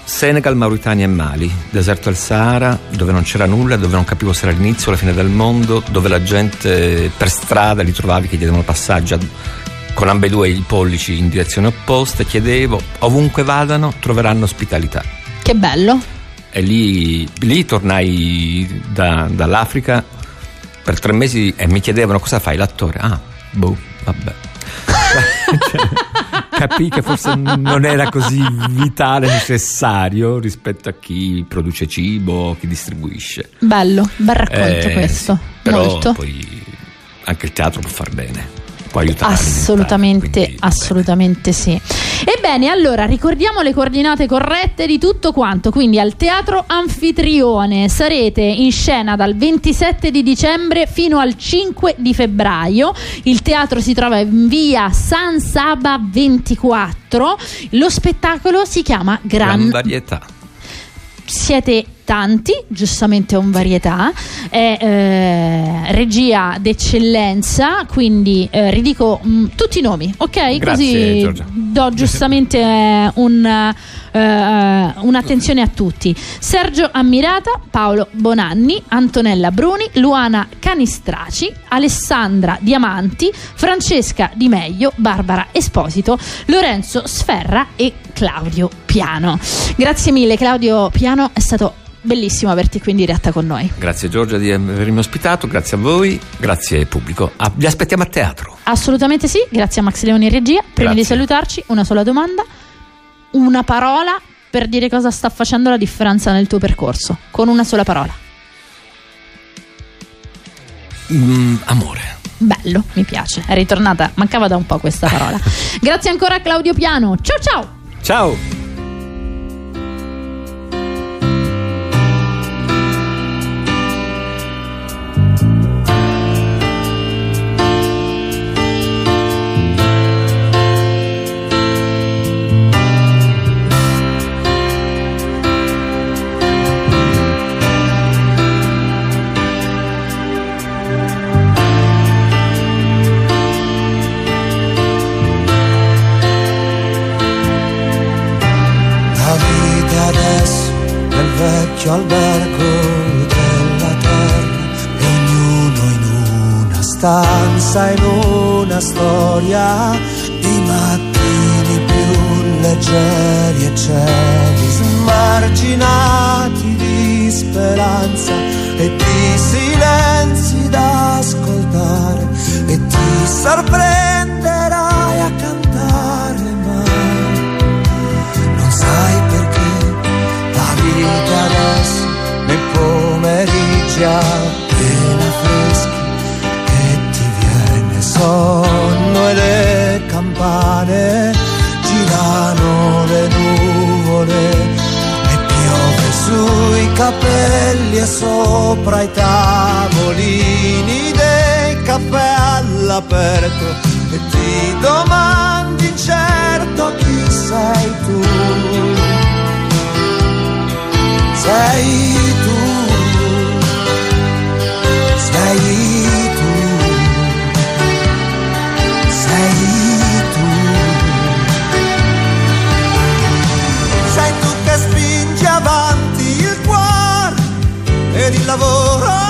Speaker 3: Senegal, Mauritania e Mali, deserto del Sahara, dove non c'era nulla, dove non capivo se era l'inizio o la fine del mondo, dove la gente per strada li trovavi che chiedevano passaggio con ambedue i pollici in direzione opposte. Chiedevo, ovunque vadano troveranno ospitalità.
Speaker 2: Che bello.
Speaker 3: E lì, lì tornai da, dall'Africa per tre mesi e mi chiedevano: cosa fai, l'attore? Ah, boh, vabbè. Cioè, capì che forse non era così vitale, necessario rispetto a chi produce cibo, chi distribuisce.
Speaker 2: Bello, bel racconto eh, questo.
Speaker 3: Però
Speaker 2: molto.
Speaker 3: Poi anche il teatro può far bene, può aiutare.
Speaker 2: Assolutamente, quindi, assolutamente sì. Ebbene, allora ricordiamo le coordinate corrette di tutto quanto. Quindi al Teatro Anfitrione sarete in scena dal ventisette di dicembre fino al cinque di febbraio. Il teatro si trova in via San Saba ventiquattro. Lo spettacolo si chiama Gran,
Speaker 3: Gran Varietà.
Speaker 2: Siete tanti, giustamente è un varietà, è eh, regia d'eccellenza, quindi eh, ridico mh, tutti i nomi, ok?
Speaker 3: Grazie,
Speaker 2: così
Speaker 3: Giorgia.
Speaker 2: do giustamente eh, un, eh, un'attenzione a tutti. Sergio Ammirata, Paolo Bonanni, Antonella Bruni, Luana Canistraci, Alessandra Diamanti, Francesca Di Meglio, Barbara Esposito, Lorenzo Sferra e Claudio Piano. Grazie mille Claudio Piano, è stato bellissimo averti qui in diretta con noi.
Speaker 3: Grazie Giorgia di avermi ospitato, grazie a voi, grazie pubblico. Ah, vi aspettiamo a teatro.
Speaker 2: Assolutamente sì, grazie a Max Leoni in regia. Prima
Speaker 3: Grazie.
Speaker 2: di salutarci, una sola domanda, una parola per dire cosa sta facendo la differenza nel tuo percorso, con una sola parola.
Speaker 3: Mm, amore.
Speaker 2: Bello, mi piace, è ritornata, mancava da un po' questa parola. Grazie ancora a Claudio Piano, ciao ciao.
Speaker 3: Ciao.
Speaker 24: Albergo della terra e ognuno in una stanza, in una storia, i mattini più leggeri e cieli smarginati di speranza e di silenzi da ascoltare, e ti sorprenderai a cantare, ma non sai perché la vita adesso nei pomeriggi appena freschi e ti viene sonno e le campane girano le nuvole e piove sui capelli e sopra i tavolini dei caffè all'aperto, e ti domandi incerto chi sei tu. Sei tu, sei tu, sei tu. Sei tu che spingi avanti il cuore ed il lavoro